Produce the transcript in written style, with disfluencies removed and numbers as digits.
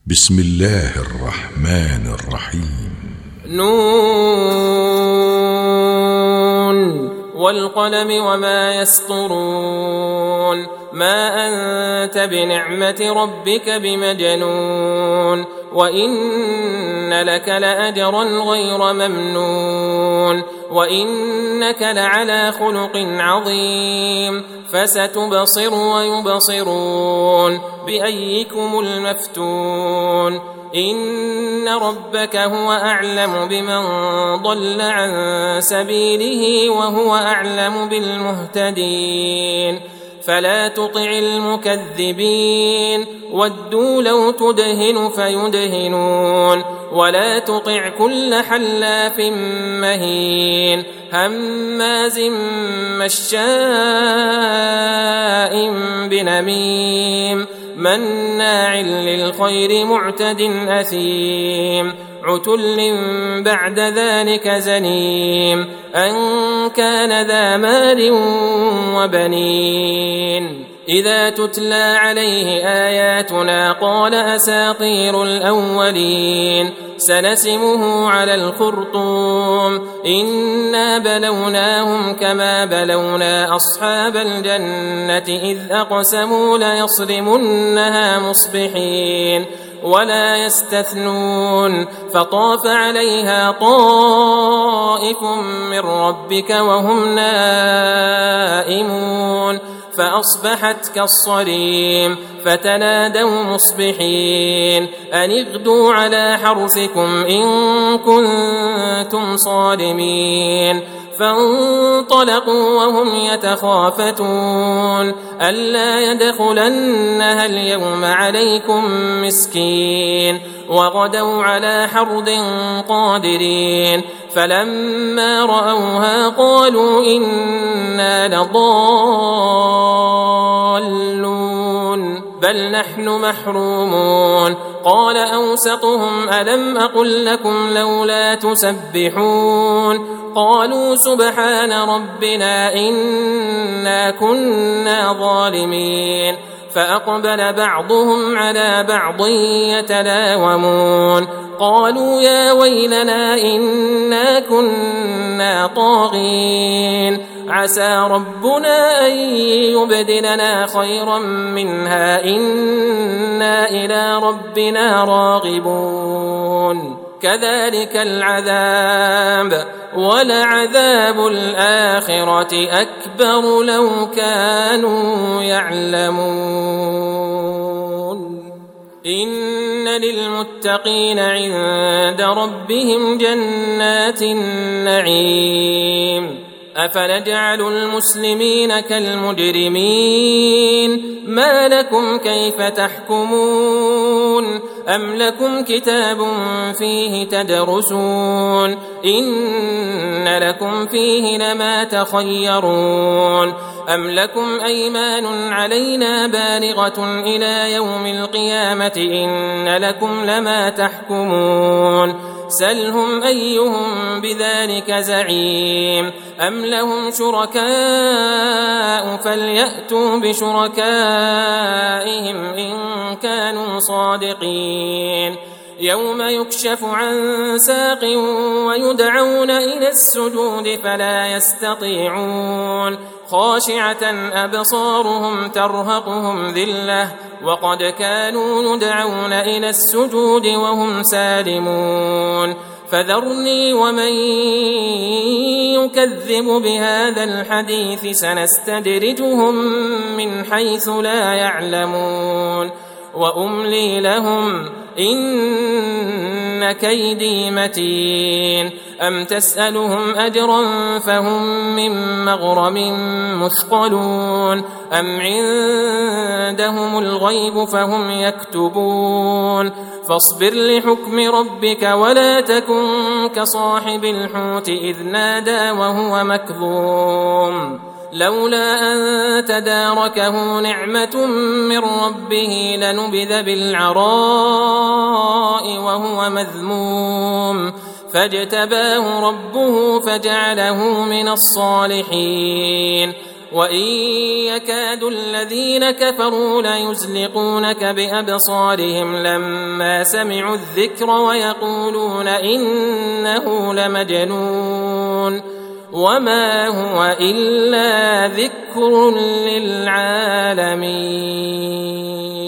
بسم الله الرحمن الرحيم. نون والقلم وما يسطرون ما أنت بنعمة ربك بمجنون وإن لك لأجرا غير ممنون وإنك لعلى خلق عظيم فستبصر ويبصرون بأيكم المفتون إن ربك هو أعلم بمن ضل عن سبيله وهو أعلم بالمهتدين فلا تطع المكذبين ودوا لو تدهن فيدهنون ولا تطع كل حلاف مهين هماز مشاء بنميم مناع للخير معتد أثيم عتل بعد ذلك زنيم أن كان ذا مال وبنين إذا تتلى عليه آياتنا قال أساطير الأولين سنسمه على الخرطوم إنا بلوناهم كما بلونا أصحاب الجنة إذ أقسموا ليصرمنها مصبحين ولا يستثنون فطاف عليها طائف من ربك وهم نائمون فأصبحت كالصريم فتنادوا مصبحين أن اغدوا على حرثكم إن كنتم صارمين فانطلقوا وهم يتخافتون ألا يدخلنها اليوم عليكم مسكين وغدوا على حرد قادرين فلما رأوها قالوا إنا لضالون بل نحن محرومون قال أوسطهم ألم أقل لكم لولا تسبحون قالوا سبحان ربنا إنا كنا ظالمين فأقبل بعضهم على بعض يتلاومون قالوا يا ويلنا إنا كنا طاغين عسى ربنا أن يبدلنا خيرا منها إنا إلى ربنا راغبون كذلك العذاب ولعذاب الآخرة أكبر لو كانوا يعلمون إن للمتقين عند ربهم جنات النعيم أفنجعل المسلمين كالمجرمين ما لكم كيف تحكمون أم لكم كتاب فيه تدرسون إن لكم فيه لما تخيرون أم لكم أيمان علينا بالغة إلى يوم القيامة إن لكم لما تحكمون سلهم أيهم بذلك زعيم أم لهم شركاء فليأتوا بشركائهم إن كانوا صادقين يوم يكشف عن ساق ويدعون إلى السجود فلا يستطيعون خاشعة أبصارهم ترهقهم ذلة وقد كانوا يدعون إلى السجود وهم سالمون فذرني ومن يكذب بهذا الحديث سنستدرجهم من حيث لا يعلمون وأملي لهم إن كيدي متين أم تسألهم أجرا فهم من مغرم مثقلون أم عندهم الغيب فهم يكتبون فاصبر لحكم ربك ولا تكن كصاحب الحوت إذ نادى وهو مكظوم لولا أن تداركه نعمة من ربه لنبذ بالعراء وهو مذموم فاجتباه ربه فجعله من الصالحين وإن يكاد الذين كفروا ليزلقونك بأبصارهم لما سمعوا الذكر ويقولون إنه لمجنون وما هو إلا ذكر للعالمين.